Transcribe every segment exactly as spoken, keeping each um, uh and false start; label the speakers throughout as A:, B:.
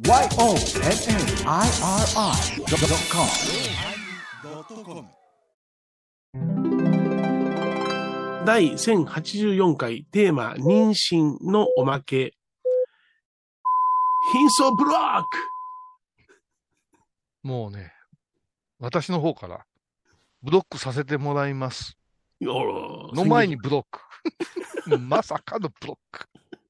A: ワイオーエヌエヌアイアールアイドットコム
B: 第せんはちじゅうよんかいテーマ妊娠のおまけ貧相ブロック。
C: もうね、私の方からブロックさせてもらいます。
B: の
C: の前にブロック。まさかのブロック。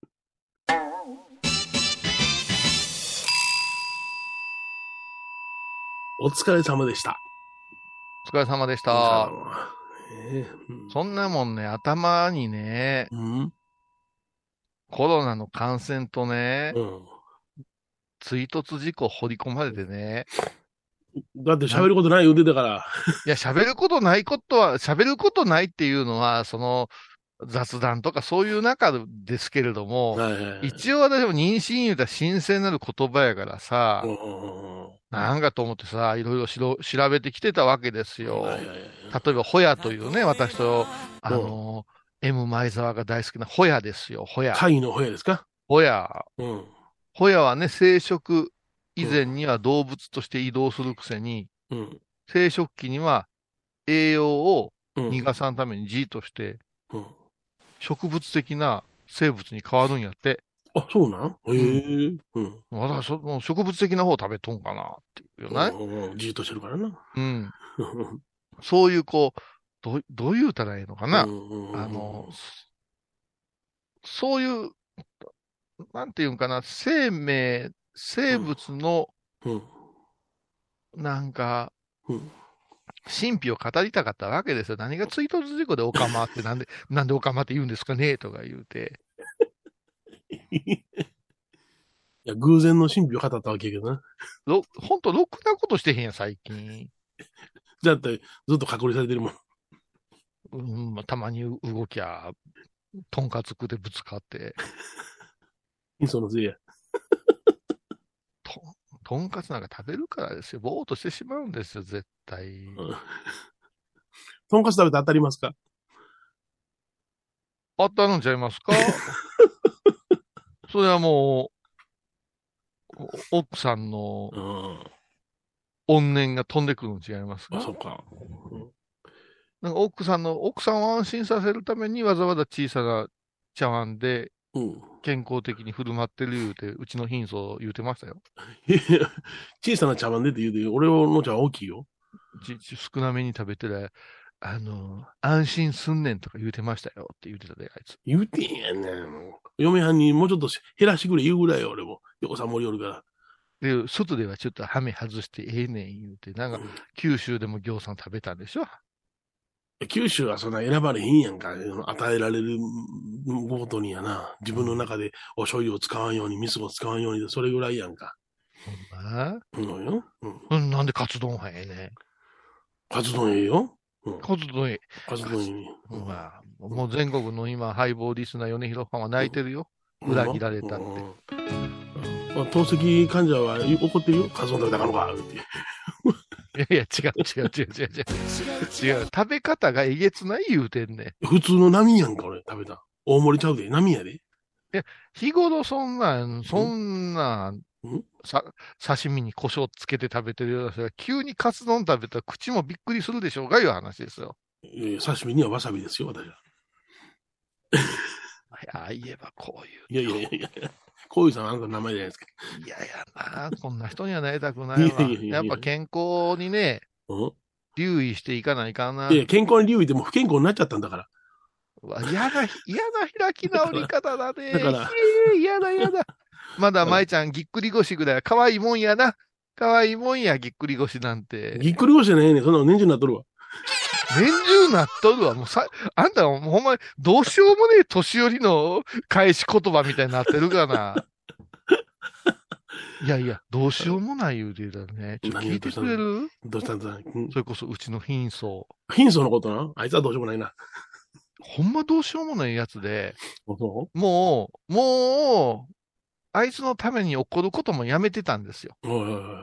B: お疲れ様でした。
C: お疲れ様でした。
B: えーうん、
C: そんなもんね、頭にね、
B: うん、
C: コロナの感染とね、
B: うん、
C: 追突事故掘り込まれてね。
B: だって喋ることない言うてたから。
C: いや、喋ることないことは、喋ることないっていうのは、その、雑談とかそういう中ですけれども、
B: はいはいはい、
C: 一応私も妊娠言うたら新鮮なる言葉やからさ、
B: うんうんうん、
C: なんかと思ってさ、いろいろしろ調べてきてたわけですよ。
B: はいはいはい、
C: 例えば、ホヤというね、私と、あの、M 前澤が大好きなホヤですよ、ホヤ。
B: 貝のホヤですか？
C: ホヤ。
B: うん。
C: ホヤはね、生殖以前には動物として移動するくせに、
B: うん。
C: 生殖期には栄養を
B: うん。
C: 逃がさんために G として
B: うん。
C: 植物的な生物に変わるんやって。
B: あ、そうなんへえ。うん。
C: 私はその植物的な方を食べとんかなっていうよね。
B: うん。じーっとしてるからな。
C: うん。そういうこう、どう、どう言うたらいいのかな。あの、そういう、なんていうんかな、生命、生物の、
B: うん。
C: なんか、
B: うん。
C: 神秘を語りたかったわけですよ。何が追突事故でオカマってなんで、なんでオカマって言うんですかねとか言うて。
B: いや、偶然の神秘を語ったわけやけどな。
C: ろ、ほんと、ろくなことしてへんやん、最近。
B: だってずっと隔離されてるもん。
C: うん、まあたまに動きゃ、とんかつ食でぶつかって。
B: そのせいや。
C: と、とんかつなんか食べるからですよ。ぼーっとしてしまうんですよ、絶対。
B: うん、とんかつ食べて当たりますか？
C: あったのんちゃいますか？それはもう、奥さんの
B: うん。
C: 怨念が飛んでくるの違いますか？
B: あ、そうか。うん、
C: なんか奥さんの、奥さんを安心させるためにわざわざ小さな茶碗で
B: うん。
C: 健康的に振る舞ってる言うて、うちの貧相言うてましたよ。
B: いや小さな茶碗でって言うて、俺の茶碗大きいよ。
C: ち、ち少なめに食べてら、あの、安心すんねんとか言うてましたよって言うてたで、あいつ。
B: 言うてんやんねん。嫁はんにもうちょっと減らしてくれ言うぐらいよ、俺も。横さん盛りおるから。
C: で、外ではちょっとハメ外してええねん言うて、なんか、九州でもぎょうさん食べたんでしょ？
B: 九州はそんな選ばれへんやんか。与えられるごとにやな。自分の中でお醤油を使わんように、味噌を使わんようにで、それぐらいやんか。
C: ほんま？
B: うんよ。うん。
C: うん、なんでカツ丼はええねん。
B: カツ丼ええよ。うん。
C: カツ丼ええ。
B: カツ丼いい。
C: うん、まあ、もう全国の今、ハイボーリスナー、米広ファンは泣いてるよ。
B: うん、
C: 裏切られたって。
B: まあ、透析患者は怒ってるよ。カツ丼食べたかのかって。
C: いやいや、違う違う違う違う違う。違う。食べ方がえげつない言うてんねん。
B: 普通の波やんか、俺、食べた。大盛りちゃうで。波やで。
C: いや、日頃そんなん、そんな、
B: ん
C: さ、刺身に胡椒つけて食べてるような人が急にカツ丼食べたら口もびっくりするでしょうがいう話ですよ。
B: えー、刺身にはわさびですよ、私は。
C: ああ、言えばこういう。
B: いやいやいやいや。こういうさんはあなたの名前じゃないですか。
C: いやいやな、こんな人にはなりたくないわ。
B: いやいやいやいや
C: やっぱ健康にね、
B: うん、
C: 留意していかないかんな。
B: いや、健康に留意でも不健康になっちゃったんだから。
C: うわ嫌な、嫌な開き直り方だね。
B: だから
C: ひえ嫌だ嫌だ。まだ舞ちゃんぎっくり腰ぐらい可愛いもんやな。可愛いもんや、ぎっくり腰なんて。
B: ぎっくり腰じゃないねん。そんなの年中になっとるわ。
C: 年中なっとるわ。もうさ、あんたもうほんまにどうしようもねえ年寄りの返し言葉みたいになってるかな。いやいや、どうしようもない言うてたらね。ちょっと聞いてくれる？
B: どうしたんだ、うん、
C: それこそ、うちの貧相。
B: 貧相のことな。あいつはどうしようもないな。
C: ほんまどうしようもないやつで、
B: そ
C: もう、もう、あいつのために怒ることもやめてたんですよ。
B: うおいおいおい。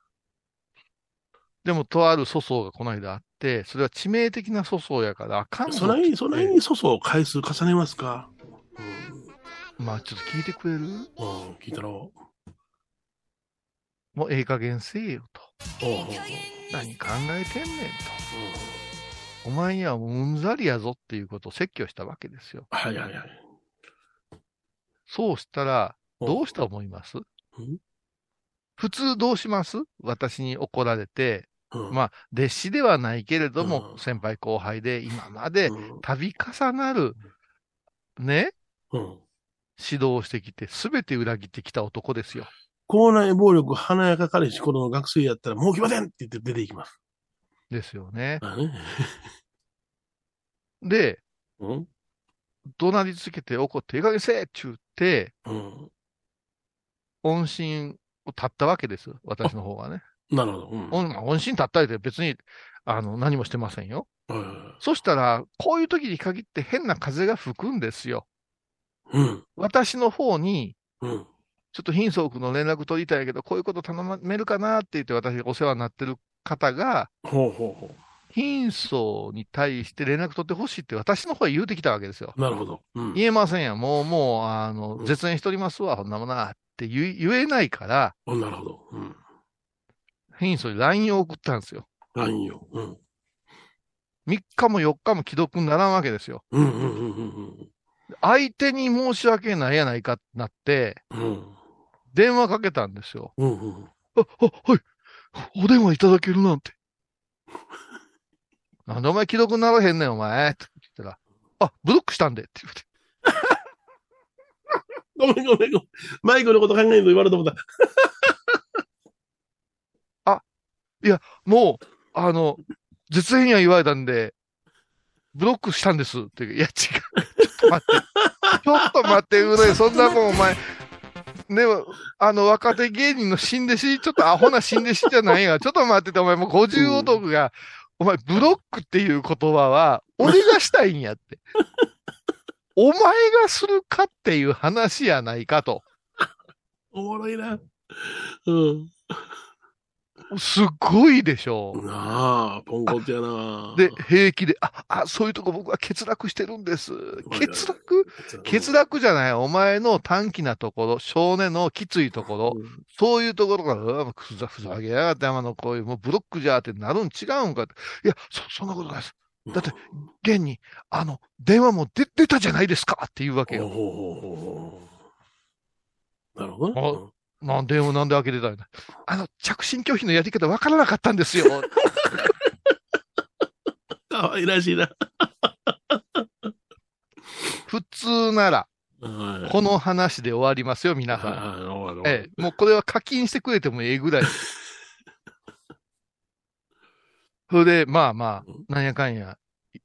C: でも、とある粗相がこの間あって、それは致命的な粗相やからあかんぞ
B: そないに、そない
C: って。
B: に粗相を回数重ねますか？
C: まあ、ちょっと聞いてくれる？
B: うん、うん、聞いたろ。
C: もうええ加減せえよと。
B: ほうほうほう。
C: 何考えてんねんと。お前にはもううんざりやぞっていうことを説教したわけですよ。
B: はいはいはい。
C: そうしたら、どうした思います？普通どうします？私に怒られて、うん、まあ、弟子ではないけれども、うん、先輩後輩で今まで度重なる、ね、うん、指導をしてきて、すべて裏切ってきた男ですよ。
B: 校内暴力華やか彼氏頃の学生やったらもう来ませんって言って出ていきます。
C: ですよね。で、うん、怒鳴りつけて怒って、ええ加減せえって言って、うん、音信を立ったわけです。私の方はね。
B: なるほど。うん、
C: 音信立ったりで別に、あの、何もしてませんよ。うん、そしたら、こういう時に限って変な風が吹くんですよ。うん、私の方に、うん、ちょっと貧相の連絡取りたいけど、こういうこと頼めるかなって言って私がお世話になってる方が、ほうほうほう、貧相に対して連絡取ってほしいって私の方が言うてきたわけですよ。
B: なるほど。
C: うん、言えませんや。もう、もう、あの、絶縁しとりますわ、こんなものはって言言えないから、
B: なるほど。うん、
C: 貧相に ライン を送ったんですよ。
B: ライン を。うん、
C: みっかもよっかも既読にならんわけですよ。うんうんうんうん、相手に申し訳ないやないかってなって、うん、電話かけたんですよ。うんうん、あ、あ、はい。お電話いただけるなんて。なんでお前既読にならへんねん、お前。って言ったら、あ、ブロックしたんでって言って。
B: ごめんごめんごめん。マイクのこと考えんと言われたことだ。
C: あ、いや、もう、あの、絶縁や言われたんで、ブロックしたんですって。いや、違う。ちょっと待って。ちょっと待って、うね、そんなもんお前、ね、あの、若手芸人の新弟子、ちょっとアホな新弟子じゃないが、ちょっと待ってて、お前もうごじゅう男が、うん、お前、ブロックっていう言葉は、俺がしたいんやって。お前がするかっていう話やないかと。
B: おもろいな。うん。
C: すっごいでしょ。
B: なあ、ポンコツやな。
C: で、平気で、あ、あ、そういうとこ僕は欠落してるんです。欠落欠落じゃない。お前の短気なところ、少年のきついところ、うん、そういうところが、うわ、ふざ、ふざけやがって、あの、こういう、もうブロックじゃってなるん違うんかって。いや、そ、そんなことないです。だって、現に、あの、電話も出、出たじゃないですかって言うわけよ。
B: なるほどね。
C: なんで、なんで開けてたんだ。あの、着信拒否のやり方わからなかったんですよ。
B: かわいらしいな。
C: 普通なら、この話で終わりますよ、皆さん。ええ、もうこれは課金してくれてもええぐらい。それで、まあまあ、なんやかんや、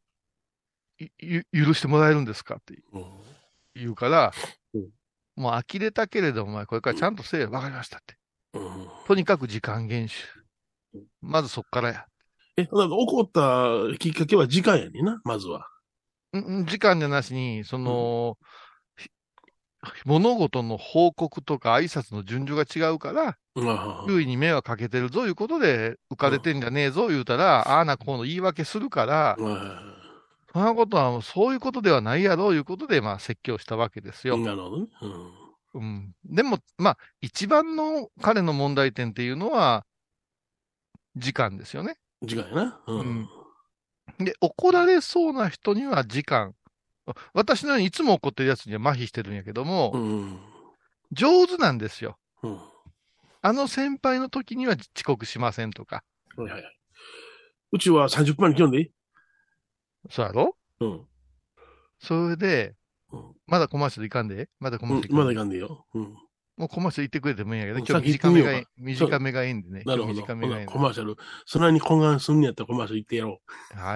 C: 許してもらえるんですかって言うから、もう呆れたけれども、お前これからちゃんとせえよ。わかりましたって。うん、とにかく時間厳守。まずそっからや。
B: え、なんか怒ったきっかけは時間やねんな、まずは。
C: ん時間じゃなしに、その、うん、物事の報告とか挨拶の順序が違うから、周囲に迷惑かけてるぞいうことで浮かれてんじゃねえぞ言うたら、ああなこうの言い訳するから、そんなことは、そういうことではないやろういうことで、まあ、説教したわけですよ。
B: なるほどね。
C: うん。うん。でも、まあ、一番の彼の問題点っていうのは、時間ですよね。
B: 時間やな。うん。
C: うん、で、怒られそうな人には時間。私のようにいつも怒ってるやつには麻痺してるんやけども、うん、上手なんですよ。うん、あの先輩の時には遅刻しませんとか。
B: はいはい。うちはさんじゅっぷんまえに来よんでいい？
C: そうやろ？うん。それで、うん、まだコマーシャルいかんで？まだコマーシャルいかんで、
B: うん、まだいかんでよ。うん。
C: もうコマーシャル行ってくれてもいいんやけど、今日短めがいい、短めがいいんでね。
B: なるほど。
C: 短めがいいんで。
B: コマーシャル、そんなに懇願すんねやったらコマーシャル行ってやろ
C: う。はい。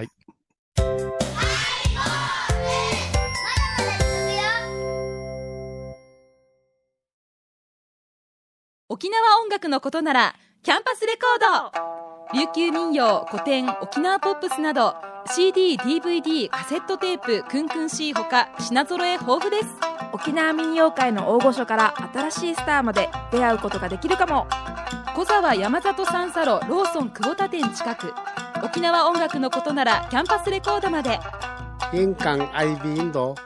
D: 沖縄音楽のことならキャンパスレコード。琉球民謡、古典、沖縄ポップスなど シーディー、ディーブイディー、カセットテープ、クンクン C ほか品揃え豊富です。
E: 沖縄民謡界の大御所から新しいスターまで出会うことができるかも。
D: 小沢山里三佐路ローソン久保田店近く。沖縄音楽のことならキャンパスレコードまで。
F: 玄関アイビーインド。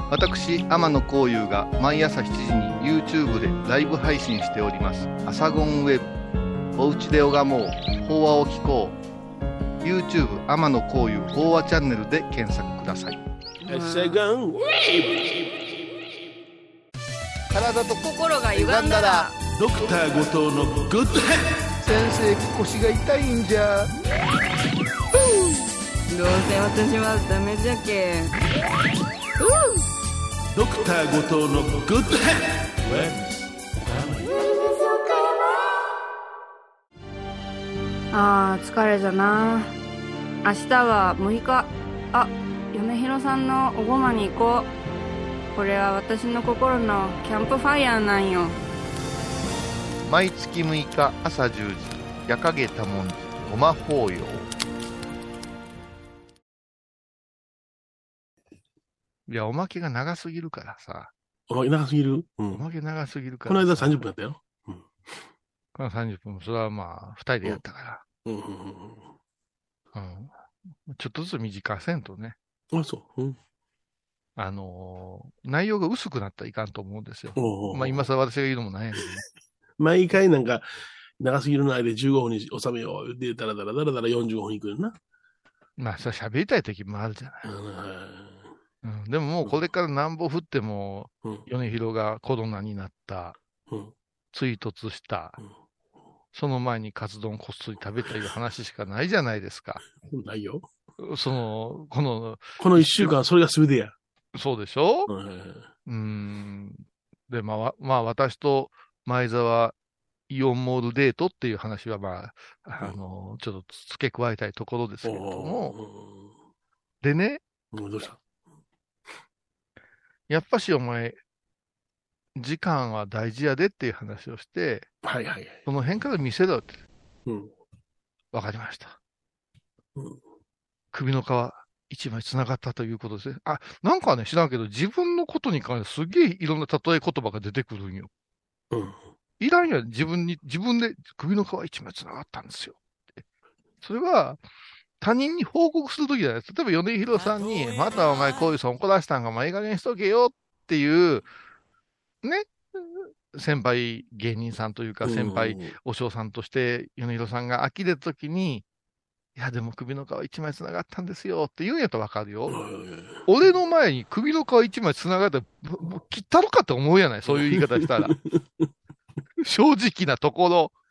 C: 私、天野幸雄が毎朝しちじに YouTube でライブ配信しております。アサゴンウェブ。おうちで拝もう。法話を聞こう。YouTube 天野幸雄法話チャンネルで検索ください。体と
E: 心が歪んだら
B: ドクター後藤のグッドヘッ
C: 先生、腰が痛いんじゃ。
G: どうせ私はダメじゃけ。
B: ドクター後藤のグッドヘッ
G: あー疲れじゃな。明日はむいか。あ、米広さんのおごまに行こう。これは私の心のキャンプファイヤーなんよ。
C: 毎月むいか朝じゅうじ、夜影多文字ごま法要。いや、おまけが長すぎるからさ。
B: おまけ長すぎる、うん、
C: おまけ長すぎるから。
B: この間さんじゅっぷんやったよ。うん、
C: このさんじゅっぷんも、それはまあ、二人でやったから。
B: うんうんうん
C: うん、ちょっとずつ短せんとね。
B: あ、そう。うん、
C: あのー、内容が薄くなったらいかんと思うんですよ。
B: おうおうおう
C: まあ、今さら私が言うのもないんやけどね。
B: 毎回なんか、長すぎるの間でじゅうごふんに収めよう。で、だらだらだらだらよんじゅうごふんいくよな。
C: まあ、それ喋りたい時もあるじゃない。うん、でももうこれからなんぼ降っても、うん、米広がコロナになった、うん、追突した、うん、その前にカツ丼こっそり食べたいう話しかないじゃないですか。
B: ないよ。
C: その、この、
B: この一週間、それが全てや。
C: そうでしょ、
B: うん、
C: うん。で、まあ、まあ、私と前澤イオンモールデートっていう話は、まあ、あの、うん、ちょっと付け加えたいところですけれども、でね、
B: うん、どうした
C: やっぱしお前、時間は大事やでっていう話をして、
B: はいはいはい。
C: その辺から見せろって。
B: うん。
C: わかりました。
B: うん。
C: 首の皮一枚繋がったということですね。あ、なんかね、知らんけど、自分のことに関してすげえいろんな例え言葉が出てくるんよ。
B: うん。
C: いらんやん、自分に、自分で首の皮一枚繋がったんですよ。それは、他人に報告するときじゃないです。例えば、米広さんに、またお前こういうさん怒らしたんか、まあ、いい加減しとけよっていう、ね、先輩芸人さんというか、先輩お嬢さんとして、米広さんが呆れたときに、いや、でも首の皮一枚繋がったんですよって言うんやったらわかるよ。俺の前に首の皮一枚繋がったら、切ったのかって思うやない、そういう言い方したら。正直なところ。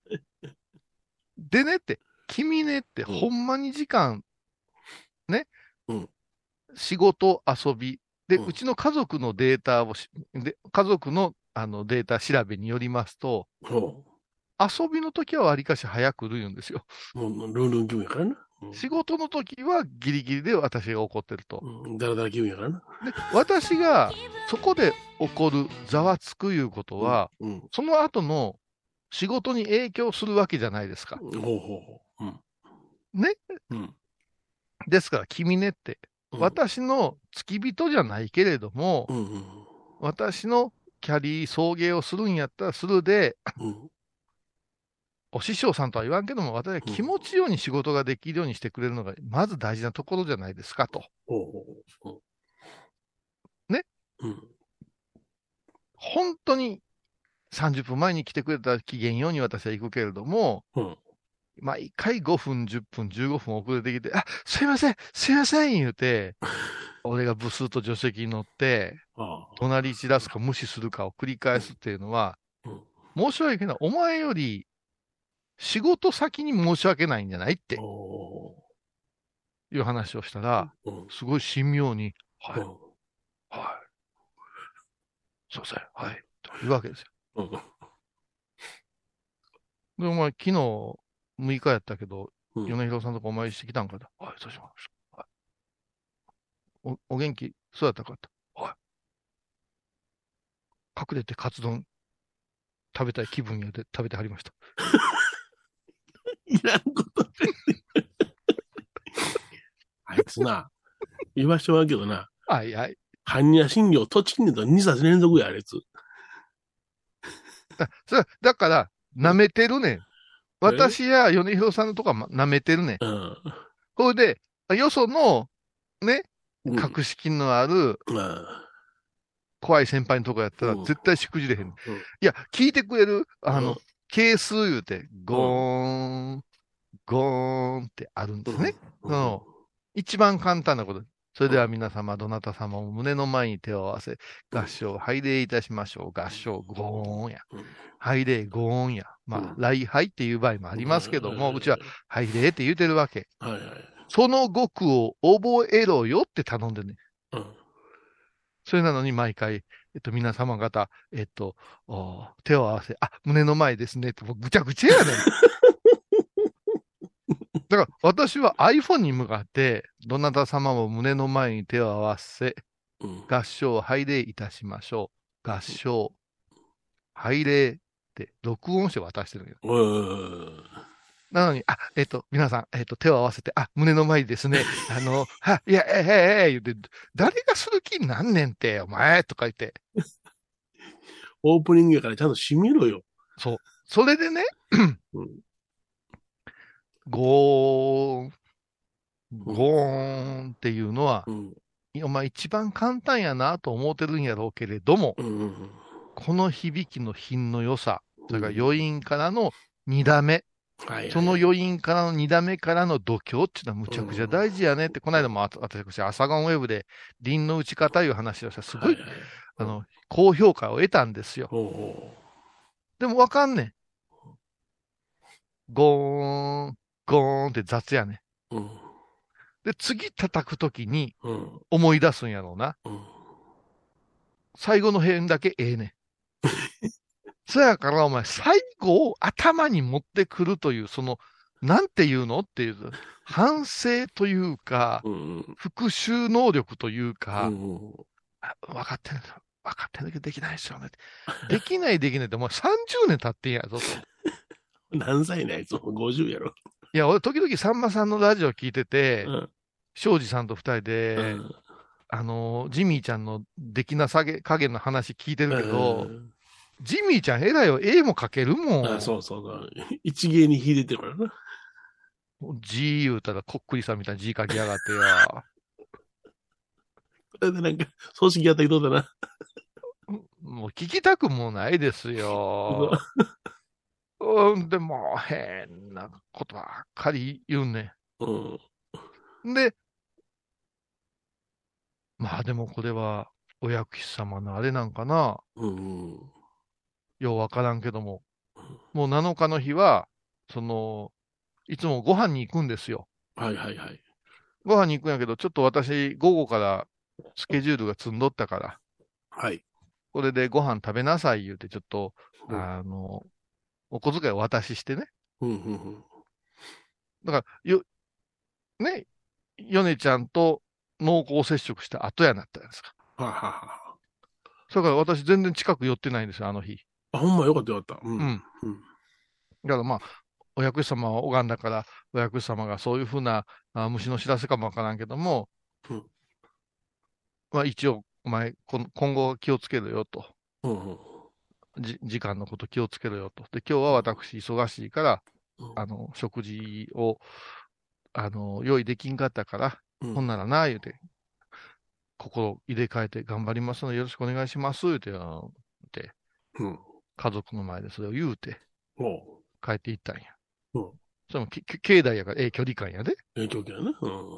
C: でねって、君ねって、ほんまに時間、ね、うん、仕事、遊び、で、うん、うちの家族のデータをし、で家族のあのデータ調べによりますと、うん、遊びの時はわりかし早く言うんですよ。
B: もうルンルン気分やからな。
C: うん、仕事の時はギリギリで私が怒ってると。
B: うん、だらだら気分やからな。
C: で、私がそこで起こるざわつくいうことは、うんうん、その後の仕事に影響するわけじゃないですか。
B: ほうほうほう。うん、
C: ね、うん、ですから、君ねって、うん、私の付き人じゃないけれども、うんうん、私のキャリー送迎をするんやったらするで、うん、お師匠さんとは言わんけども、私は気持ちように仕事ができるようにしてくれるのが、まず大事なところじゃないですかと。
B: うん、
C: ね、うん、本当にさんじゅっぷんまえに来てくれたら機嫌ように私は行くけれども、うん毎回ごふん、じゅっぷん、じゅうごふん遅れてきて、あ、すいません、すいません、言うて、俺がブスーと助手席に乗って、隣散らすか無視するかを繰り返すっていうのは、うん、申し訳ない。お前より仕事先に申し訳ないんじゃないって、いう話をしたら、うん、すごい神妙に、はい、うん、はい、すいません、はい、というわけですよ。うん、で、お前、昨日、むいかやったけど、うん、米広さんとかお参りしてきたんかと。はい、そうしました。はい、お、お元気そうやったかと。はい。隠れてカツ丼食べたい気分やで食べてはりました。
B: いらんことで。あいつな、言わしてもらうけどな。
C: はいはい。
B: 般若心経、栃木にとにさつ連続や、あいつ。
C: だ、それだから、舐めてるねん。私や米広さんのとこは舐めてるね。うん。これで、よその、ね、格式のある、 怖い先輩のとこやったら絶対しくじれへん。
B: うん
C: いや、聞いてくれるあの、
B: うん
C: 係数言うて、ゴーン、ゴーンってあるんですね。
B: うん
C: その一番簡単なこと。それでは皆様、どなた様も胸の前に手を合わせ、合唱、拝礼いたしましょう。合唱、ゴーンや。
B: うん
C: 拝礼、ゴーンや。まあ
B: うん、
C: 礼拝っていう場合もありますけども、
B: うん
C: うちは拝礼って言うてるわけ。
B: はいはい。
C: その語句を覚えろよって頼んでね。
B: うん
C: それなのに毎回、えっと、皆様方、えっと、お手を合わせ、あ、胸の前ですねって、もうぐちゃぐちゃやねん。だから私は iPhone に向かって、どなた様も胸の前に手を合わせ、
B: うん
C: 合唱、拝礼いたしましょう。合唱、拝礼って録音して渡してるんよ。
B: うん
C: なのに、あ、えっと、皆さん、えっと、手を合わせて、あ、胸の前にですね、あの、は、いや、ええ、ええ、言って、誰がする気になんねんて、お前、とか言って。
B: オープニングやからちゃんと締めろよ。
C: そう。それでね、
B: うん
C: ゴーン、ゴーンっていうのは
B: う、ん
C: お前一番簡単やなと思ってるんやろうけれども、
B: うんうん
C: この響きの品の良さ、それから余韻からの二打目、
B: はいはい
C: その余韻からの二打目からの度胸っていうのはむちゃくちゃ大事やねって、この間もあ私、朝ゴンウェブで輪の打ち方いう話をしたら、すごい、
B: はいはい
C: あの、高評価を得たんですよ。
B: ほうほ
C: でもわかんねん。ゴーン、ゴーンって雑やねん。
B: ううん
C: で、次叩くときに
B: うん
C: 思い出すんやろうな。
B: うん
C: 最後の辺だけええねん。そやからお前、最後を頭に持ってくるという、その、なんていうのっていう、反省というか、
B: うん
C: 復習能力というか、
B: うん
C: あ分かってる、分かってるけどできないですよね。できないできないって、もうさんじゅうねん経ってんやぞと。
B: 何歳ねあいつもごじゅうやろ。
C: いや、俺、時々さんまさんのラジオ聞いてて
B: う、ん
C: 庄司さんと二人で、
B: うん
C: あの、ジミーちゃんのできなさげ加減の話聞いてるけど、
B: うん
C: ジミーちゃん偉いよ、絵も描けるもん。
B: あそうそうそう。一芸に秀でてるからな。
C: G 言うたらこっくりさんみたいな G 書きやがってや。
B: これでなんか、葬式やったけどだな。
C: もう聞きたくもないですよ。うん、でも変なことばっかり言うね
B: うん。
C: ん。で、まあでもこれはお薬師様のあれなんかな。
B: うん。
C: ようわからんけども。もうなのかの日は、その、いつもご飯に行くんですよ。
B: はいはいはい。
C: ご飯に行くんやけど、ちょっと私午後からスケジュールが積んどったから、
B: はい。
C: これでご飯食べなさい言うて、ちょっと、
B: うん
C: あの、お小遣いをお渡ししてね。
B: うんうんうん。
C: だから、よ、ね、ヨネちゃんと濃厚接触した後やなったんですか。
B: はあはあは
C: それから私全然近く寄ってないんですよ、あの日。
B: あ。あ、ほんまよかったよかった。う。
C: うんん。
B: うん。
C: だからまあ、お薬師様は拝んだから、お薬師様がそういうふうなあ虫の知らせかもわからんけども、
B: うん
C: まあ一応、お前、この今後気をつけろよと。
B: うんうん。
C: じ時間のこと気をつけろよと。で、今日は私忙しいから、
B: うん
C: あの、食事を、あの、用意できんかったから、
B: うん
C: ほんならな、言うて、心入れ替えて頑張りますのでよろしくお願いします、言うて、あので、
B: うん。
C: 家族の前でそれを言うて、
B: おう。
C: 帰っていったんや。
B: うん。
C: それも、きき境内やから、ええ距離感やで。
B: 影響やな。うん。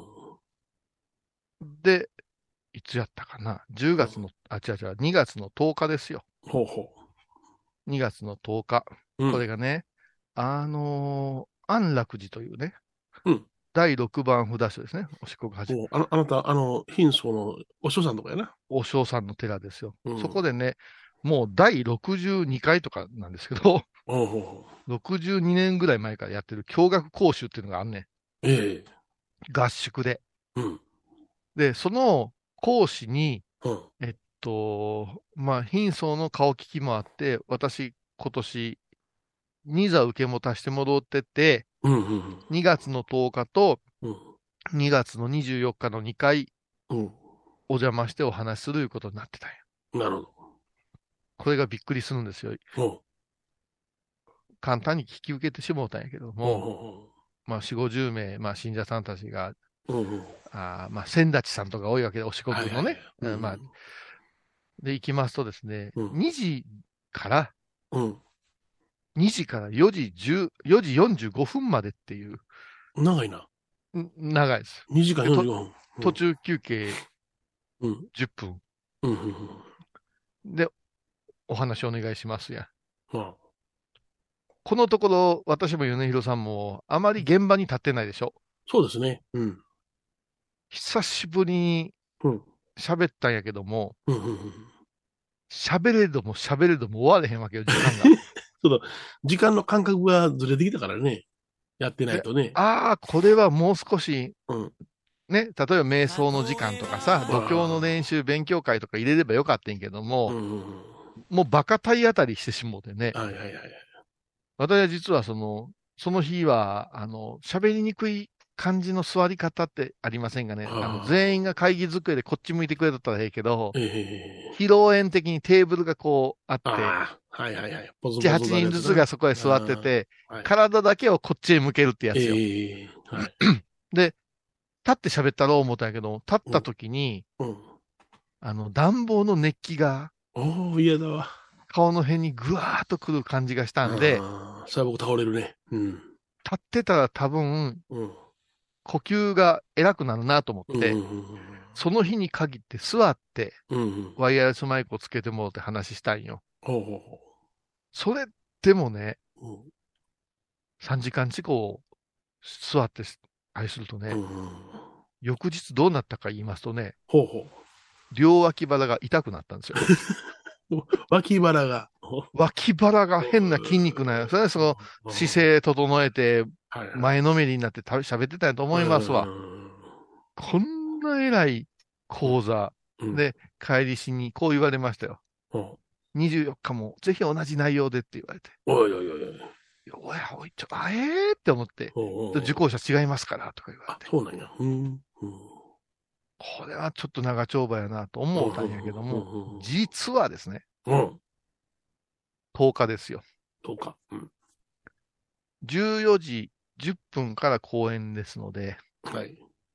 C: で、いつやったかな。じゅうがつの、あ、違う違う、にがつのとおかですよ。
B: ほうほ
C: にがつのとおか。
B: う。うん。
C: これがね、あのー安楽寺というね、
B: うん
C: だいろくばん札所ですね。おしこが始め
B: おうあのあなた、あの、貧相のお師匠さんとかやな。
C: お尚さんの寺ですよ。
B: うん
C: そこでね、もうだいろくじゅうにかいとかなんですけど、
B: おうほうほう。
C: ろくじゅうにねんぐらい前からやってる共学講習っていうのがあんねん。
B: ええ。
C: 合宿で。
B: うん。
C: で、その講師に、
B: うん。
C: えっと、まあ、貧相の顔利きもあって、私、今年、に座受け持たして戻ってて、
B: うんうん
C: にがつのとおかと
B: うん。
C: にがつのにじゅうよっかのにかい
B: うん。
C: お邪魔してお話しするいうことになってたんや。
B: うん。なるほ
C: これがびっくりするんですよ。
B: ど。おう。
C: 簡単に引き受けてしもうたんやけど
B: おう
C: も、
B: ほ
C: まあ、よんじゅう、ごじゅうめい、まあ、信者さんたちが、
B: うほう。うんうん。
C: あーまあ、千立さんとか多いわけで、お四国のね、
B: はいはい
C: うんまあ、 で、行きますとですね、
B: うん
C: にじから、
B: うん。
C: にじからよじじゅう、よじよんじゅうごふんまでっていう、
B: 長いな。
C: ん長いです。
B: にじかん
C: で
B: よんじゅうごふん。
C: 途中休憩
B: うん。
C: じゅっぷん。
B: うん。うん。うん。
C: で、お話お願いしますや。
B: うん。
C: このところ、私も米広さんも、あまり現場に立ってないでしょ。
B: そうですね。うん。
C: 久しぶりに
B: うん。
C: 喋ったんやけども、
B: うん。うん。うん
C: 喋れども喋れども終われへんわけよ、時間が。
B: その、時間の感覚がずれてきたからね。やってないとね。
C: ああ、これはもう少し、
B: うん。
C: ね、例えば瞑想の時間とかさ、度胸の練習、勉強会とか入れればよかったんやけども、
B: うん。うん。
C: もうバカ体当たりしてしもうてね。
B: はいはいはい。
C: 私は実はその、その日は、あの、喋りにくい感じの座り方ってありませんがね、
B: あー
C: あの全員が会議机でこっち向いてくれとったらええけど、
B: ええ
C: 披露宴的にテーブルがこうあって、
B: ああ、はいはいはい。ポズ
C: なな、はちにんずつがそこへ座ってて、
B: はい、
C: 体だけをこっちへ向けるってやつよ。
B: ええはい。
C: で、立って喋ったろう思ったんやけど、立った時に、
B: うん。
C: あの、暖房の熱気が
B: おー、嫌だわ。
C: 顔の辺にぐわーっとくる感じがしたんで、
B: あーそれは僕倒れるね。うん。
C: 立ってたら多分、
B: うん。
C: 呼吸が偉くなるなと思って、
B: うんうん
C: その日に限って座って、
B: うん。うんうん。
C: ワイヤレスマイクをつけてもらって話したんよ。
B: ほうほうほ
C: それでもね、
B: う。うん
C: さんじかん近く座ってあれするとね、
B: うんうん。
C: 翌日どうなったか言いますとね、
B: ほうほ
C: 両脇腹が痛くなったんですよ。
B: う。脇腹が。
C: 脇腹が変な筋肉なんよ。それでその姿勢整えて、
B: はいはい
C: 前のめりになってた喋ってたんやと思いますわ。こんな偉い講座
B: うん。
C: で帰りしにこう言われましたよ。
B: ほ
C: にじゅうよっかもぜひ同じ内容でって言われて。
B: うおいおいおいおい。
C: いやおやおい、ちょ、あえーって思って、
B: ほうほうほう
C: 受講者違いますからとか言われ
B: あ、
C: て。
B: そうなんや。うん。うん。
C: これはちょっと長丁場やなと思ったんやけど
B: うんうんうんうん
C: も、実はですね、
B: うん。
C: とおかですよ。
B: そうか。うん。
C: じゅうよじじゅっぷんから講演ですので、
B: はい。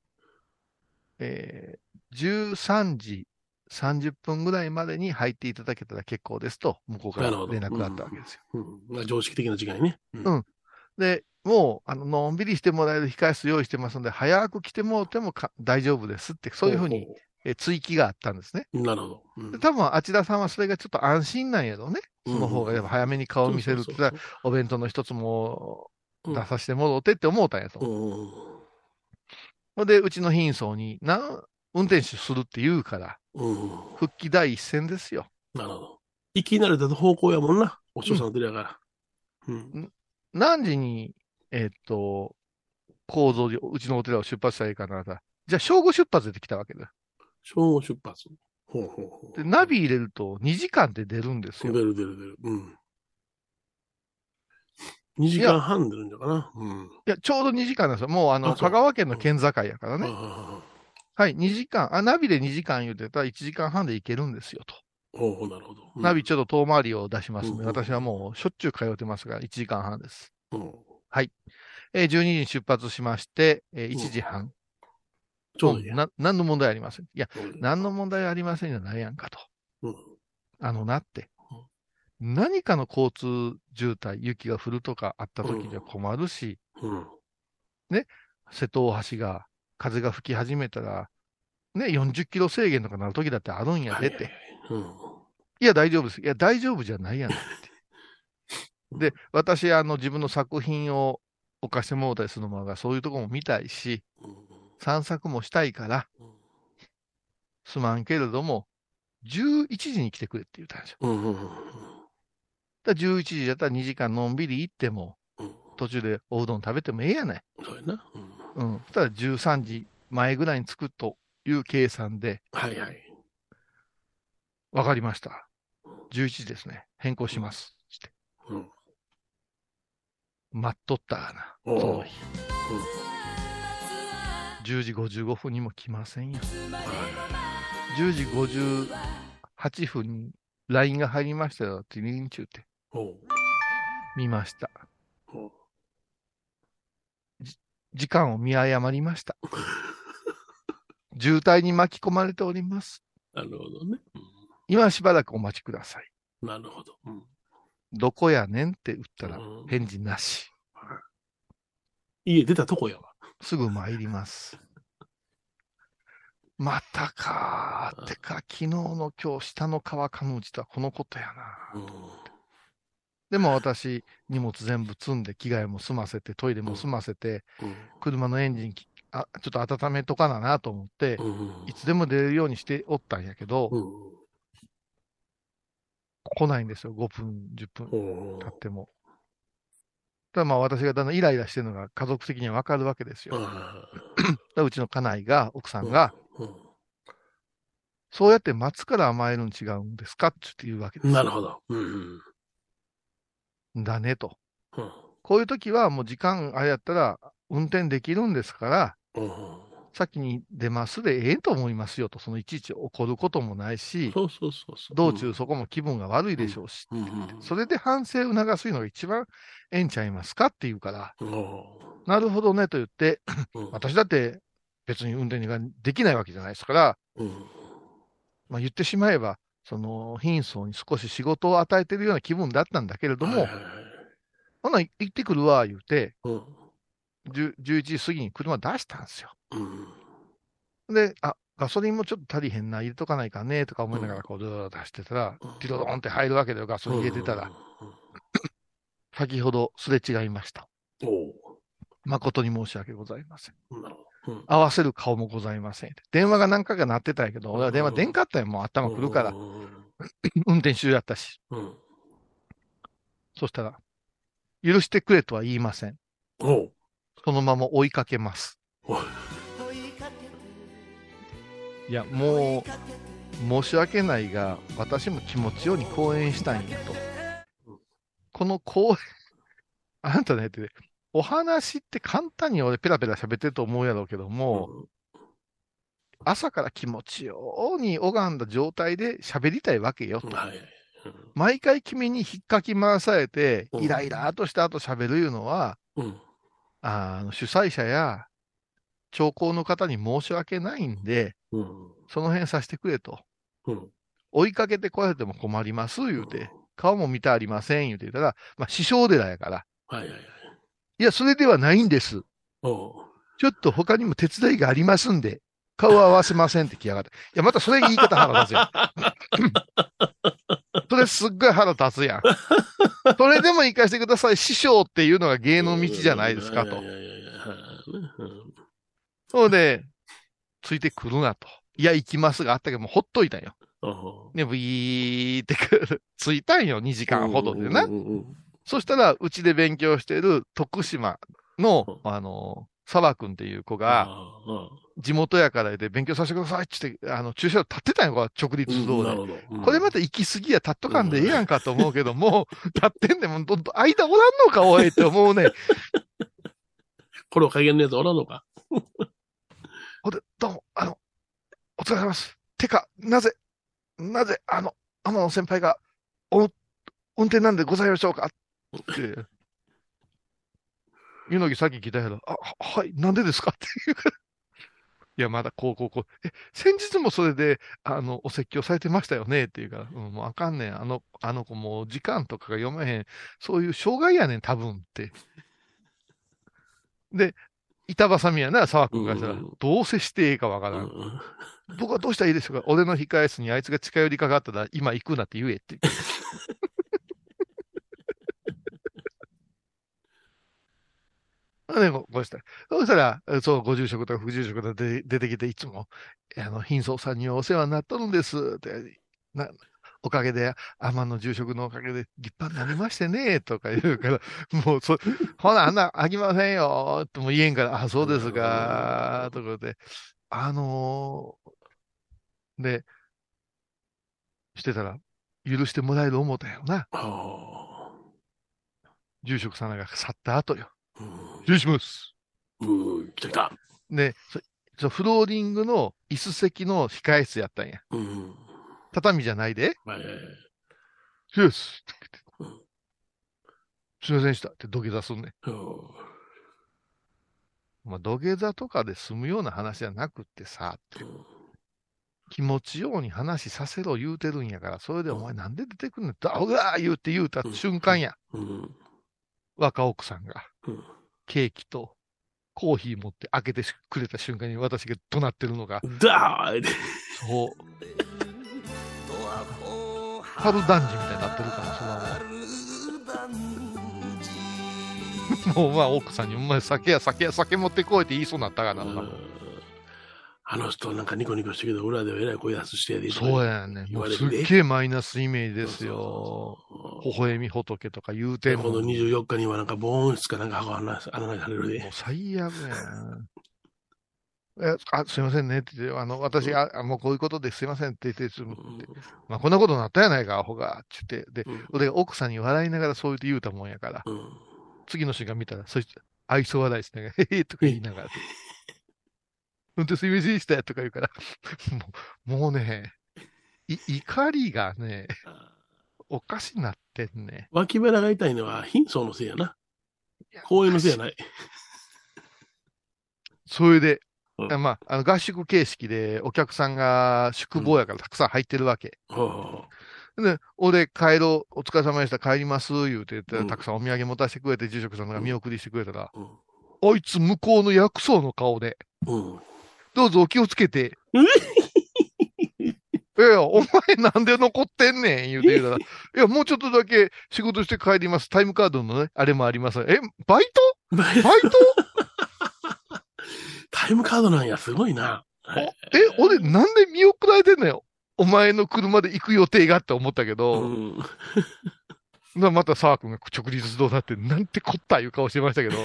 C: えーじゅうさんじさんじゅっぷんぐらいまでに入っていただけたら結構ですと、向こうから
B: なるほど
C: 連絡があったわけですよ。
B: うん。まあ常識的な時間にね。う
C: うんで、もう、あの、のんびりしてもらえる控室用意してますので、早く来てもらってもか大丈夫ですって、そういうふうに、
B: ほ
C: えー追記があったんですね。
B: ほうなるほど。うん
C: で多分、あちらさんはそれがちょっと安心なんやろうね。その方がやっぱ早めに顔を見せるって言ったら、お弁当の一つも
B: うん
C: 出させてもろうてって思ったんやと
B: う
C: 思う。
B: ん。
C: ほんで、うちの貧相に、な、運転手するって言うから、
B: うん。
C: 復帰第一線ですよ。
B: なるほど。いきなりだと方向やもんな。お師匠さんの出るやから。うん。
C: 何時に、えーっと、構造でうちのお寺を出発したらいいかなと。じゃあ、正午出発で来たわけだ。
B: 正午出発。ほうほうほう。
C: で、ナビ入れるとにじかんで出るんですよ。
B: 出る出る出る。うん。にじかんはん出るんじゃかな。うん。
C: いや、ちょうどにじかんなんですよ。もう、あの、
B: あそう
C: 香川県の県境やからね。
B: あ
C: はい、にじかん。あ、ナビでにじかん言うてたらいちじかんはんで行けるんですよと。
B: あ、ほうほう、なるほど。うん
C: ナビちょっと遠回りを出しますんで、
B: うん
C: 私はもうしょっちゅう通ってますが、いちじかんはんです。
B: うん。
C: えー、じゅうにじに出発しまして、えー、いちじはん。
B: ちょうどいいや。
C: うんな、何の問題ありません。いや、
B: ちょうどいい
C: 何の問題ありませんじゃないやんかと。
B: うん。
C: あのなって。何かの交通渋滞、雪が降るとかあった時には困るし、
B: うん。
C: 瀬戸大橋が風が吹き始めたら、ね、よんじゅっキロ制限とかなる時だってあるんやでって。
B: うん。
C: いや、大丈夫です。いや、大丈夫じゃないやんって。で、私、あの、自分の作品を置かしてもらったりするのが、そういうとこも見たいし、散策もしたいから、すまんけれども、じゅういちじに来てくれって言ったんですよ。
B: うん。うん。
C: だからじゅういちじだったらにじかんのんびり行っても、
B: うん。
C: 途中でおうどん食べてもええやない。
B: そうやな。うん。
C: うん。そしたらじゅうさんじまえぐらいに着くという計算で、
B: はいはい。
C: わかりました。じゅういちじですね。変更します。って
B: うん。
C: 待っとったがな、
B: おう
C: その日。じゅうじごじゅうごふんにも来ませんよ。じゅうじごじゅうはっぷんに ライン が入りましたよってリンチューって
B: おう。
C: 見ました。
B: おう。
C: 時間を見誤りました。渋滞に巻き込まれております。
B: なるほどね。
C: 今しばらくお待ちください。
B: なるほど。うん。
C: どこやねんって打ったら
B: うん
C: 返事なし。
B: 家出たとこやわ。
C: すぐ参ります。またかー。てか、昨日の今日、下の川かむうちとはこのことやな。
B: うん。
C: でも私、荷物全部積んで、着替えも済ませて、トイレも済ませて、
B: うん。
C: 車のエンジンきあ、ちょっと温めとかななと思って、
B: うん。
C: いつでも出れるようにしておったんやけど、
B: うん。
C: 来ないんですよ、ごふん、じゅっぷん
B: うん。
C: 経っても。ただまあ私がだんだんイライラしてるのが家族的にはわかるわけですよ。だからうちの家内が、奥さんが、そうやって待つから甘えるん違うんですかって言うわけですよ。
B: なるほど。うん。
C: だねと。
B: うん。
C: こういう時はもう時間あれやったら運転できるんですから、
B: うん。
C: 先に出ますでええと思いますよと。そのいちいち怒ることもないし、
B: そうそうそうそう。
C: 道中そこも気分が悪いでしょうし、
B: うん。うん。
C: それで反省を促すのが一番ええんちゃいますかって言うから、
B: うん。
C: なるほどねと言って、
B: うん。
C: 私だって別に運転ができないわけじゃないですから、
B: うん。
C: まあ、言ってしまえば、その貧相に少し仕事を与えているような気分だったんだけれども、
B: はいはいはい。
C: ほな、行ってくるわ、言うて、
B: うん。
C: じゅじゅういちじ過ぎに車出したんですよ。
B: うん。
C: で、あ、ガソリンもちょっと足りへんな、入れとかないかね、とか思いながら、こう、ずーっと走ってたら、
B: うん
C: ピロドンって入るわけだよ、ガソリン入れてたら。先ほどすれ違いました。
B: うん。おう。
C: 誠に申し訳ございません。
B: なるほど。うん。
C: 合わせる顔もございません。電話が何回か鳴ってたんやけど、俺は電話出んかったんや、もう頭くるから。運転中やったし。
B: うん。
C: そしたら、許してくれとは言いません。
B: おう。
C: そのまま追いかけます。
B: おい。
C: いや、もう、申し訳ないが、私も気持ちように講演したいんやと。この講演、あなたね、ってお話って簡単に俺ペラペラ喋ってると思うやろうけども、朝から気持ちように拝んだ状態で喋りたいわけよ。
B: はい。
C: 毎回君に引っかき回されて、
B: うん
C: イライラーとした後喋るいうのは、
B: うん。
C: あの主催者や聴講の方に申し訳ないんで、
B: うん。
C: その辺させてくれと。
B: うん。
C: 追いかけてこられても困ります、言うて。顔も見てありません、言うて言ったら、まあ、師匠寺やから。
B: はいはいはい。
C: いや、それではないんです。
B: おう。
C: ちょっと他にも手伝いがありますんで、顔は合わせませんって来やがって。いや、またそれ言い方腹立つやん。それすっごい腹立つやん。それでも行かせてください。師匠っていうのが芸の道じゃないですかと
B: い。やいやいやいやはいうん
C: そうで、ついてくるなと。いや、行きますがあったけど、もうほっといたんよ。
B: おう。
C: ね、ブイーってくる。ついたんよ、にじかんほどでな
B: う。んうんうん
C: そしたら、うちで勉強している徳島の、あの、沢くんっていう子が、
B: あ
C: 地元やからで勉強させてくださいってって、あの、駐車場立ってたんよ、これ直
B: あ
C: 立道で。
B: なるほど。うん
C: これまた行き過ぎや、立っとかんでええやんかと思うけども、立ってんでも、どんどん間おらんのか、おいって思うね。
B: これを加減のやつおらんのか
C: ほんで、どうも、あの、お疲れ様です。てか、なぜ、なぜ、あの、天野先輩が、お、運転なんでございましょうかって。ゆのぎさっき聞いたけど、あ、ははい、なんでですかっていうから。いや、まだこう、こう、こう。え、先日もそれで、あの、お説教されてましたよねって言うから、うん、もうあかんねん。あの、あの子もう時間とかが読めへん。そういう障害やねん、多分って。で、板挟みやな、沢君がしたら、
B: うん
C: どう接してええかわからん。
B: うん
C: 僕はどうしたらいいでしょうか俺の控え室にあいつが近寄りかかったら、今行くなって言えって。ね、こうしたら。そうしたら、そう、ご住職とか副住職とかで出てきて、いつも、あの、貧相さんにはお世話になっとるんですって、な、おかげで、天の住職のおかげで立派になりましてね、とか言うから、もう、そ、ほな、あんな、あきませんよ、とも言えんから、あ、そうですか、とかで、あのーで、してたら、許してもらえる思ったよな。
B: あ
C: 住職さんが去った後よ。
B: あうん
C: 失礼します。
B: うん来た来た。
C: で、そそフローリングの椅子席の控え室やったんや。
B: うん。
C: 畳じゃないで。
B: はいはいはい。
C: 失礼です。
B: うん
C: すいませんでした。って土下座すんねん。
B: うん
C: まあ、土下座とかで済むような話じゃなくってさ、って気持ちように話させろ言うてるんやから、それでお前なんで出てくんねん、あうわー言うて言うた瞬間や。
B: うん。
C: 若奥さんが
B: うん。
C: ケーキとコーヒー持って開けてくれた瞬間に私が怒鳴ってるのが、
B: だーい
C: そう。春団地みたいになってるから、そのもう。もうまあ奥さんに、お前酒や酒や酒持ってこいって言いそうになったからな。
B: うんあの人なんかニコニコしてるけど、裏ではえらい声出すしてやで。
C: そうやね。もうすっげえマイナスイメージですよ。微笑み仏とか言うてんの。
B: 今度にじゅうよっかにはなんか防音室かなんか箱穴穴がされるで。
C: もう最悪やん。えあすいませんねって言って、あの、私が、あもうこういうことですいませんって言って、つってまあ、こんなことになったやないか、アホが、って言って、で、
B: うん
C: 俺が奥さんに笑いながらそう言って言うたもんやから、
B: うん
C: 次の瞬間見たら、そいつ、愛想笑いしながら、へへとか言いながら、本当すいませんでしたとか言うから、もうもうね、い怒りがね、おかしなってんね。
B: 脇腹が痛いのは貧相のせいやな。公園のせいやない。
C: それで、
B: うん
C: まあ、あの合宿形式でお客さんが宿坊やからたくさん入ってるわけ。
B: は
C: で、俺帰ろう、お疲れ様でした、帰ります、言うて言ったら、
B: うん
C: たくさんお土産持たせてくれて、住職さんが見送りしてくれたら、
B: あうん
C: あいつ向こうの薬草の顔で、
B: うん
C: どうぞお気をつけて。
B: うん
C: いやいや、お前なんで残ってんねん言うて言うたら、いや、もうちょっとだけ仕事して帰ります。タイムカードのね、あれもあります。え、バイトバイト
B: タイムカードなんや、すごいな。
C: え、俺なんで見送られてんのよ。お前の車で行く予定がって思ったけど、
B: うん
C: なまた沢君が直立どうなって、なんてこったいう顔してましたけど、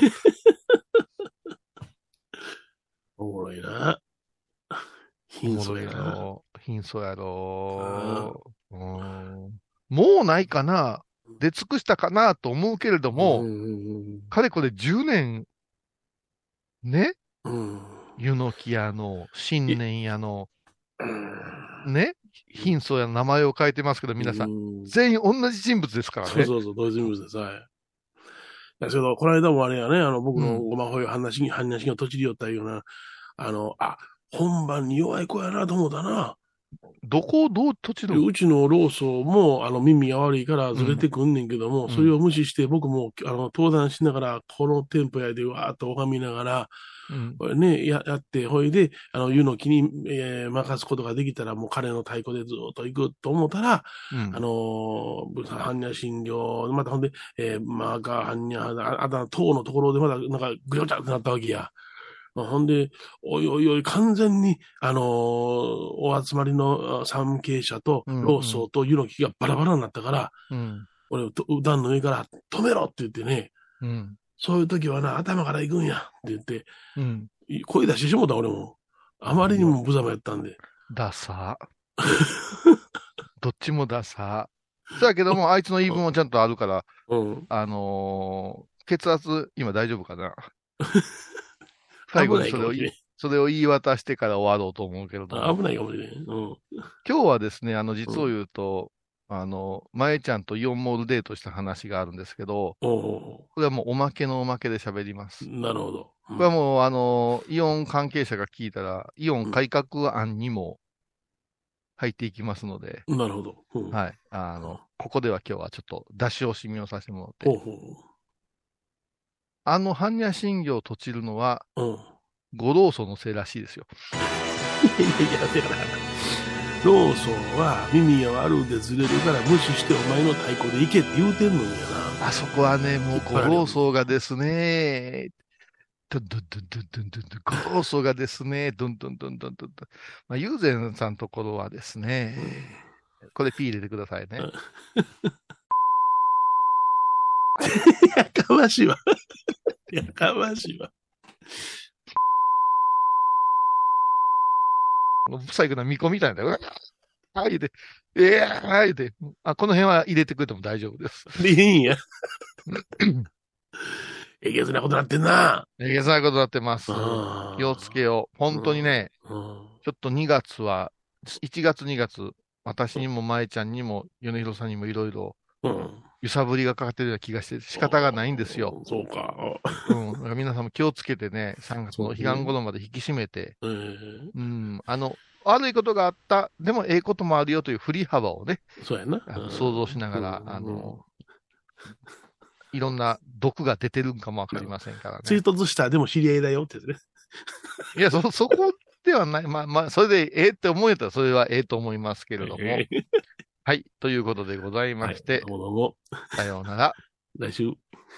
B: おもろいな。貧相や
C: おもろいや
B: な。
C: ろ。貧相やろ。うんもうないかな。出尽くしたかなと思うけれども、
B: うん
C: かれこれじゅうねん、ね、
B: うん
C: 湯の木屋の、新年屋の、
B: うん
C: ね、貧相やの名前を変えてますけど、皆さん、
B: うん
C: 全員同じ人物ですからね。
B: そうそうそう、同一人物です。はい。だけど、この間もあれやね、あの、僕のごまほい話に、話がとちり寄ったような、あの、あ、本番に弱い子やなと思ったな。
C: どこをどう土地の、
B: うちの老僧も、あの、耳が悪いからずれてくんねんけども、
C: うん
B: それを無視して、僕も、あの、登壇しながら、このテンポやでわーっと拝みながら、
C: うん
B: これね、や、やって、ほいで、あの、湯の木に、えー任すことができたら、もう彼の太鼓でずっと行くと思ったら、
C: うん
B: あのー、般若心経、またほんで、えー、マーカー、般若、ああとは塔のところでまだ、なんか、ぐちゃぐちゃってなったわけや。ほんで、おいおいおい、完全に、あのーお集まりのあ参詣者と、
C: うんうん
B: 老僧と湯の木がバラバラになったから、
C: うん
B: 俺、と段の上から止めろって言ってね、
C: うん
B: そういう時はな、頭から行くんやって言って、
C: うん
B: い声出してしもうた、俺も。あまりにも無様やったんで。
C: ダサ。どっちもダサ。だけども、あいつの言い分もちゃんとあるから、
B: うん。
C: あのー血圧、今大丈夫かな
B: 危
C: 最後
B: な
C: にそれを言い
B: いかもしれん。
C: それを言い渡してから終わろうと思うけれども、
B: 危ないかもしれん。うん。
C: 今日はですね、あの、実を言うと、あの、まえちゃんとイオンモールデートした話があるんですけど、
B: おお
C: これはもうおまけのおまけで喋ります。こ
B: なるほど。うん
C: れはもう、あの、イオン関係者が聞いたら、イオン改革案にも入っていきますので、
B: なるほど。うん
C: はい。あの、ここでは今日はちょっと出し惜しみをさせてもらって、
B: ほうほ
C: あの般若心経を閉じるのは、
B: う。うん。
C: ご老祖のせいらしいですよ。
B: いやいや、だから、ローソンは耳が悪うでずれるから無視してお前の太鼓で行けって言うてんのにやな。
C: あそこはね、もうご
B: 引っ張られる
C: 老祖がですね、どんどんどんどんどんどんどん、ご老祖がですね、どんどんどんどんどんどん。まあ、友禅さんのところはですね、これ P 入れてくださいね。
B: やかましいわ。やかましいわ。
C: 不細工な巫女みたいな。うわー言うて、ええー言うて、あ、この辺は入れてくれても大丈夫です。
B: で、いいんや。えげつなことなってんな。
C: えげつないことになってます。
B: うん
C: 気をつけよう。本当にね、
B: うん。
C: ちょっとにがつは、いちがつにがつ、私にも舞ちゃんにも、米広さんにもいろいろ
B: うん。
C: 揺さぶりがかかってるような気がして仕方がないんですよ。
B: そうか。
C: うん。だから皆さんも気をつけてね、さんがつの彼岸頃まで引き締めて、
B: えー
C: うん。あの、 悪いことがあった、でもええこともあるよという振り幅をね、
B: そうやな。
C: あの想像しながら、
B: うん、
C: あの、いろんな毒が出てるんかもわかりませんからね。
B: 追突したでも知り合いだよってやつね。
C: いや、そ、そこではない。まあまあ、それでええって思えたらそれはええと思いますけれども。
B: えー、
C: はい。ということでございまして。
B: はい、どうもどうも。
C: さようなら。
B: 来週。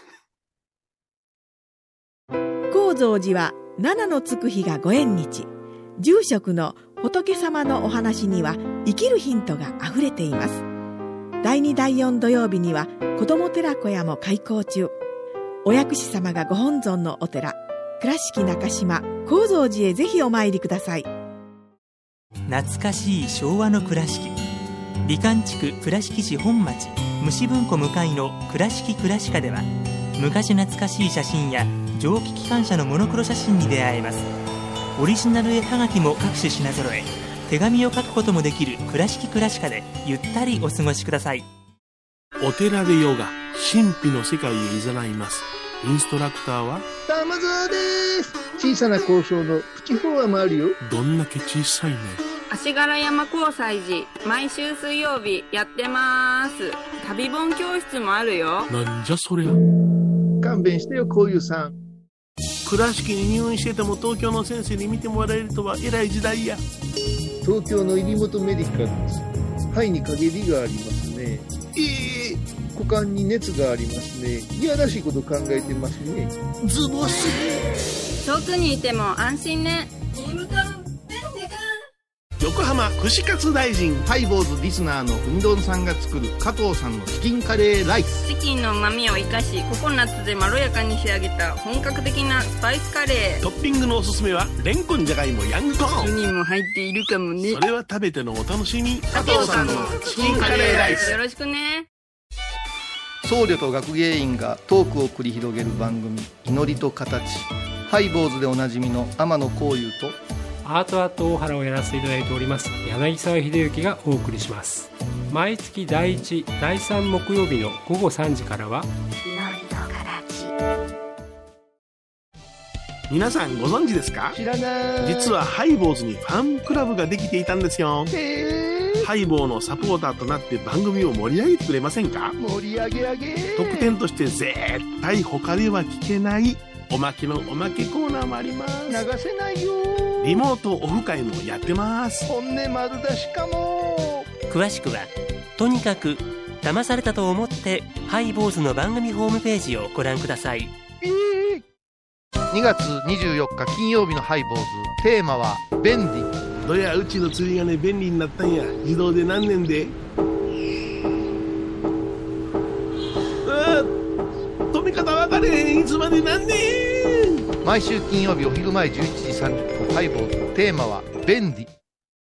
H: 高蔵寺は七のつく日がご縁日。住職の仏様のお話には生きるヒントがあふれています。だいにだいよん土曜日には子ども寺小屋も開校中。お薬師様がご本尊のお寺、倉敷中島・高蔵寺へぜひお参りください。
I: 懐かしい昭和の倉敷。美観地区倉敷市本町虫文庫向かいの倉敷倉歯科では、昔懐かしい写真や蒸気機関車のモノクロ写真に出会えます。オリジナル絵はがきも各種品揃え、手紙を書くこともできる倉敷倉歯科でゆったりお過ごしください。
B: お寺でヨガ、神秘の世界へ誘います。インストラクターは
J: 玉沢です。小さな交渉のプチフォアもあるよ。
B: どんだけ小さいね。
G: 足柄山交際時、毎週水曜日やってます。旅本教室もあるよ。
B: なんじゃそりゃ。
J: 勘弁してよ、こういうさん。
B: 倉敷に入院してても東京の先生に見てもらえるとは偉い時代や。
J: 東京の入本メディカルです。肺に陰りがありますね。ええー、股間に熱がありますね。いやらしいこと考えてますね。
B: ズボス。
G: 遠くにいても安心ね。
B: 横浜串カツ大臣
K: ハイボーズリスナーのうみどんさんが作る加藤さんのチキンカレーライス。
G: チキンの旨味を生かし、ココナッツでまろやかに仕上げた本格的なスパイスカレー。
B: トッピングのおすすめはレンコン、じゃがいも、ヤングコーン。
G: にも入っているかもね。
B: それは食べてのお楽しみ。
G: 加藤さんのチキンカレーライス、よろしくね。
K: 僧侶と学芸員がトークを繰り広げる番組、祈りと形。ハイボーズでおなじみの天野幸雄と
L: アートアート大原をやらせていただいております柳沢秀幸がお送りします。毎月だいいち、だいさん木曜日のごごさんじからは
B: 皆さんご存知ですか？
J: 知らない。
B: 実はハイボーズにファンクラブができていたんですよ。
J: へー。
B: ハイボーのサポーターとなって番組を盛り上げてくれませんか？
J: 盛り上げ上げ。
B: 特典として絶対他では聞けないおまけのおまけコーナーもあります。
J: 流せないよ。
B: リモートオフ会もやってます。
J: 本音丸出しかも。
I: 詳しくはとにかく騙されたと思ってハイボーズの番組ホームページをご覧ください。
J: えー、
C: にがつにじゅうよっか金曜日のハイボーズ、テーマは便利。
B: どやうちの釣りがね便利になったんや。自動で何年で止め方分かれへん。いつまでなんねん。
C: 毎週金曜日お昼前じゅういちじさんじゅっぷん、ハイボーズ、テーマは便利。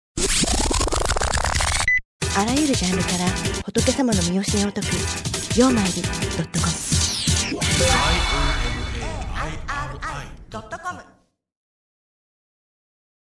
M: あらゆるジャンルから仏様の身教えを解く曜マイルドットコム。